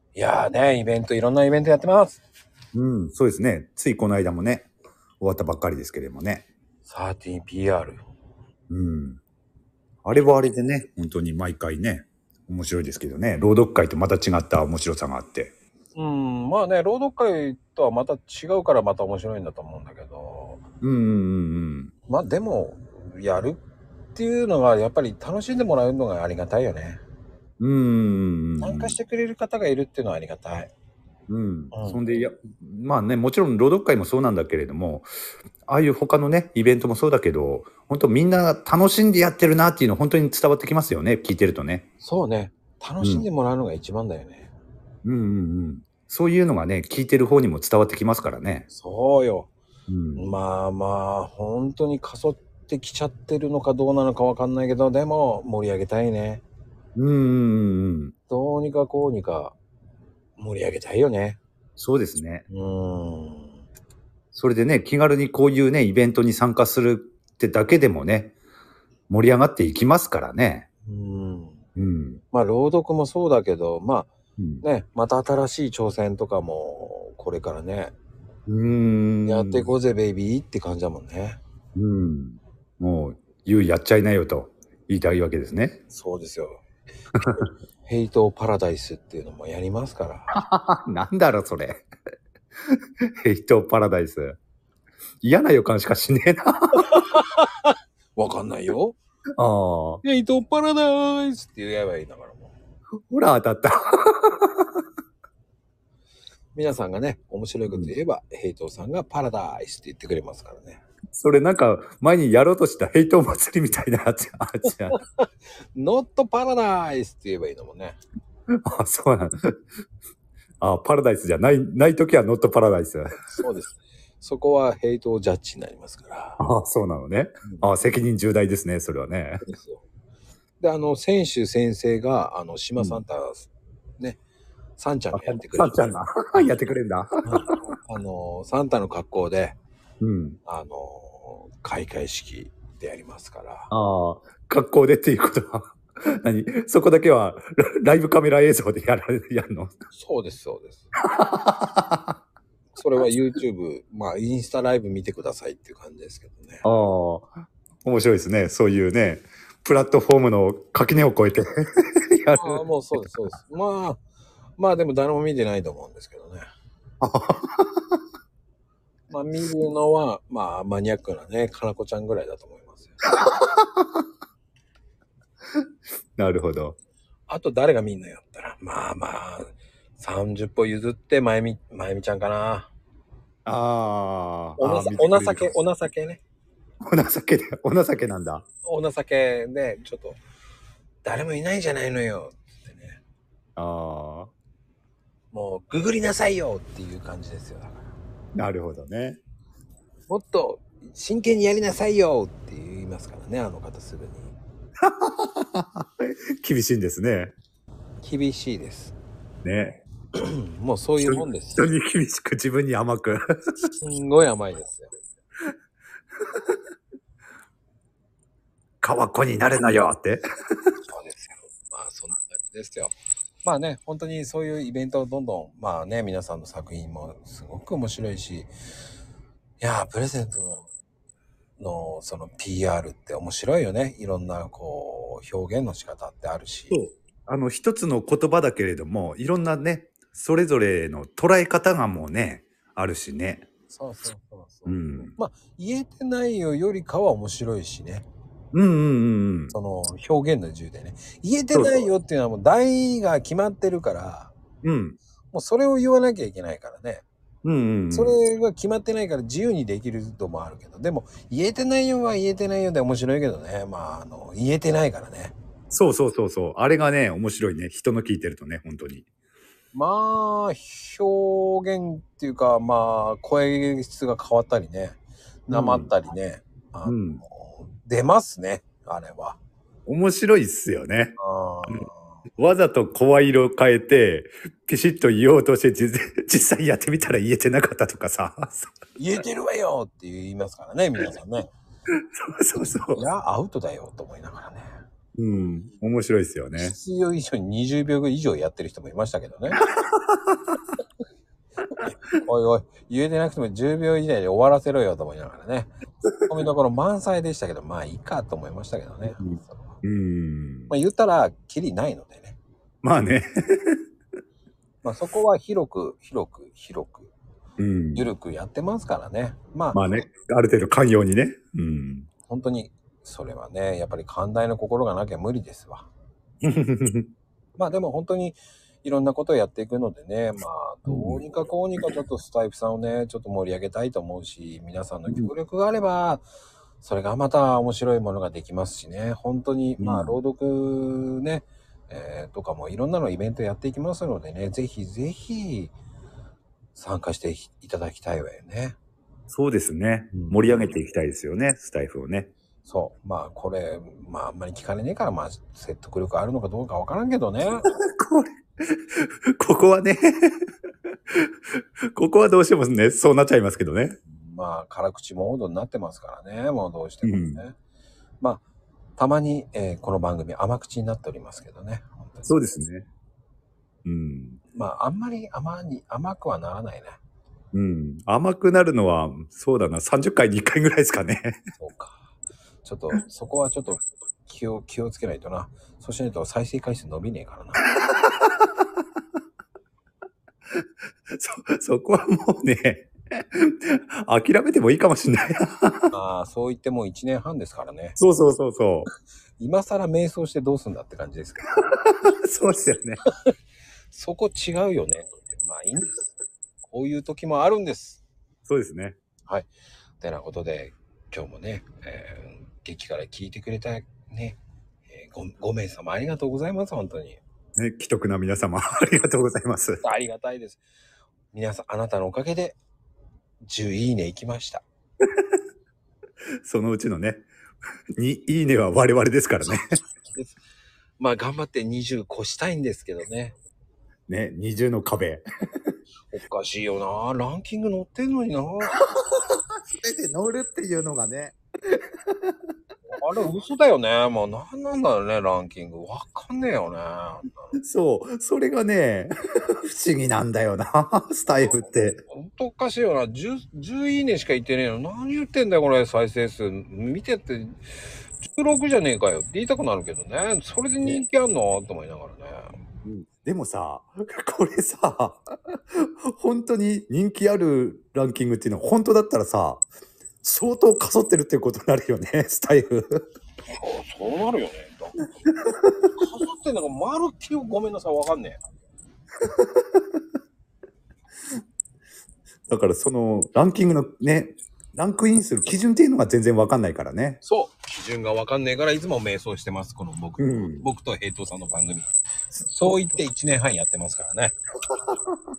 いやーね、いろんなイベントやってます。 うん、そうですね。ついこの間もね、終わったばっかりですけれどもね。 13PR。 うん。あれはあれでね、本当に毎回ね、面白いですけどね、朗読会とまた違った面白さがあって。 うん、まあね、朗読会とはまた違うからまた面白いんだと思うんだけど、 うんうんうんまあでも、やるっていうのがやっぱり楽しんでもらうのがありがたいよね。 うん。うんうんうん。 参加してくれる方がいるっていうのはありがたい。 うん。 うん。 そんで、まあね、もちろん朗読会もそうなんだけれども、ああいう他のね、イベントもそうだけど、本当みんな楽しんでやってるなっていうの本当に伝わってきますよね、聞いてるとね。 そうね。楽うん。 しんでもらうのが一番だよね。 うんうんうん。そういうのがね、聞いてる方にも伝わってきますからね。 そうよ。 うん。 まあまあ、本当にかそってきちゃってるのかどうなのかわかんないけど、でも盛り上げたいね。 うんうんうんうん。 どうにかこうにか盛り上げたいよね。 そうですね。 うーん。 それでね、気軽にこういうね、イベントに参加するってだけでもね、盛り上がっていきますからね。 うん。 うん。 まあ、朗読もそうだけど、まうん。 あ、ね、また新しい挑戦とかも、これからね、 うーやっていこん。 うぜ、ベイビーって感じだもんね。 うん。もう、やっちゃいなよと言いたいわけですね。 そうですよ。ヘイトパラダイスっていうのもやりますから。 なんだろ、それ。ヘイトパラダイス。嫌な予感しかしねえな。 わかんないよ。 ああ。 ヘイトパラダイスって言えばいいんだからもう。 ほら、当たった。 皆さんがね、面白いうん。 こと言えば、ヘイトさんがパラダイスって言ってくれますからね。 それなんか、前にやろうとしたヘイト祭りみたいなやつ。あ、じゃノットパラダイスって言えばいいのもんね。 あ、そうなんだ。あ、パラダイスじゃない、ないときはノットパラダイス。 そうです。そこはヘイトジャッジになりますから。 あ、そうなのね。 うん、 あ、責任重大ですね、それはね。 そうですよ。で、選手先生が、 うん。 島サンタ、ね、サンちゃんあ、 がやってくれる。 さんちゃんがはい。 やってくれんだ。 はい。サンタの格好で、 うん。 開会式でやりますから。 ああ、格好でっていうことは、何そこだけはライブカメラ映像でやるの？ そうです、そうです。それは YouTube、まあ、インスタライブ見てくださいっていう感じですけどね。 ああ、面白いですね。そういうね、プラットフォームの垣根を越えてやああ、 る。 もうそうです、そうです。まあでも誰も見てないと思うんですけどね。まあ見るのは、まあマニアックなね、かなこちゃんぐらいだと思いますよ。 なるほど。 あと誰が見んのよったら、まあまあ、30歩譲ってまゆみちゃんかな。 見てくれるかも。 お情けね。 お情けなんだ。 お情けで、ちょっと、誰もいないじゃないのよってね。 ああ、 もう、ググりなさいよっていう感じですよ。だから。 なるほどね。 もっと、真剣にやりなさいよって言いますからね、あの方すぐに。 厳しいんですね。 厳しいです。 ね。 もうそういうもんです。 人に厳しく自分に甘く。 すんごい甘いですよ。 川っ子になれなよって。 そうですよ。まあ、そんな感じですよ。まあね、本当にそういうイベントをどんどん、まあね、皆さんの作品もすごく面白いし、いやー、プレゼントその PR って面白いよね。いろんなこう、表現の仕方ってあるし。 そう。一つの言葉だけれども、いろんなね、それぞれの捉え方がもうね、あるしね。 そうそうそうそう。 うん。 まあ、言えてないよりかは面白いしね。 うんうんうんうん。 その表現の自由でね。言えてそうそないよっていうのはもう題が決まってるから、 う。うん。 もうそれを言わなきゃいけないからね。 うんうんそうん。 れが決まってないから自由にできるともあるけど、でも言えてないよは言えてないよで面白いけどね。まあ、言えてないからね。 そうそうそうそう。あれがね、面白いね。人の聞いてるとね、本当に。 まあ、表現っていうか、まあ、声質が変わったりね。なまっうん。 たりね。 うん。 出ますね。あれは。 面白いっすよね。 あわざと声色を変えて、ピシッと言おうとして、実際やってみたら言えてなかったとかさ。 言えてるわよって言いますからね、皆さんね。 そうそうそう。 いや、アウトだよと思いながらね。 うん。面白いですよね。 必要以上に20秒以上やってる人もいましたけどね。おいおい、言えてなくても10秒以内で終わらせろよと思いながらね。ツッコミどころ満載でしたけど、まあいいかと思いましたけどね。 うん。 それはうん。 まあ言ったら、キリないのでね。 まあね。 まあそこは広く、 うん。 ゆるくやってますからね。まあ、 まあね。ある程度寛容にね。うん。 本当に、それはね、やっぱり寛大な心がなきゃ無理ですわ。まあでも本当にいろんなことをやっていくのでね、まあどうにかこうにかちょっとスタイフさんをね、ちょっと盛り上げたいと思うし、皆さんの協力があれば、それがまた面白いものができますしね、本当にまあ朗読ね、とかもいろんなのイベントやっていきますのでね、ぜひぜひ参加していただきたいわよね。 そうですね。盛り上げていきたいですよね、スタイフをね。 そう。まあこれ、まああんまり聞かれねえから、まあ説得力あるのかどうかわからんけどね。 これ、ここはね、ここはどうしてもね、そうなっちゃいますけどね。 まあ辛口モードになってますからね、もうどうしてもね。 うん。 まあ、たまに、この番組甘口になっておりますけどね。本当にそうですね。うん。 まあ、あんまり甘くはならないね。 うん。甘くなるのは、そうだな、30回に1回ぐらいですかね。 そうか。ちょっと、そこはちょっと気をつけないとな。そうしないと再生回数伸びねえからな。 そこはもうね、諦めてもいいかもしれないな。 まあ、そう言ってもう1年半ですからね。 そうそうそうそ今更瞑想してどうすんだって感じですけど。 う。そうですよね。 そこ違うよね。まあいいんです。こういう時もあるんです。 そうですね。 はい。てなことで、今日もね、激から聞いてくれたね、5名様ありがとうございます、本当に。 ね、既得な皆様、ありがとうございます。 ありがたいです。皆さん、あなたのおかげで10いいね行きました。 そのうちのね、2いいねは我々ですからね。 まあ、頑張って20越したいんですけどね。 ね、20の壁。 おかしいよな。ランキング載ってんのにな。 それで乗るっていうのがね。 あれ嘘だよね。もう何なんだろうね、ランキング。わかんねえよね。 そう、それがね、不思議なんだよな、スタイフって。 ほんとおかしいよな。10いいねしか言ってねえの。何言ってんだよ、これ、再生数。見てって16じゃねえかよって言いたくなるけどね。それで人気あんのと思いながらね。 うん、でもさ、これさ、本当に人気あるランキングっていうのは本当だったらさ、相当かそってるっていうことになるよね、スタイフ。 そうなるよね。かそってんのがまるっきりごめんなさい、わかんねえ。 だからそのランキングのね、ランクインする基準っていうのが全然わかんないからね。 そう。基準がわかんねえからいつも瞑想してます。この僕。 うん。 僕と平等さんの番組。そう言って1年半やってますからね。